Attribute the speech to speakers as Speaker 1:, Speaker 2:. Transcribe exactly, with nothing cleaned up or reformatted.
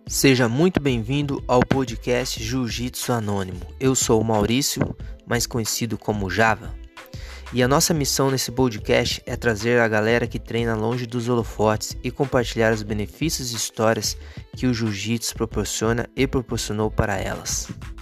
Speaker 1: Seja muito bem-vindo ao podcast Jiu-Jitsu Anônimo. Eu sou o Maurício, mais conhecido como Java, e a nossa missão nesse podcast é trazer a galera que treina longe dos holofotes e compartilhar os benefícios e histórias que o Jiu-Jitsu proporciona e proporcionou para elas.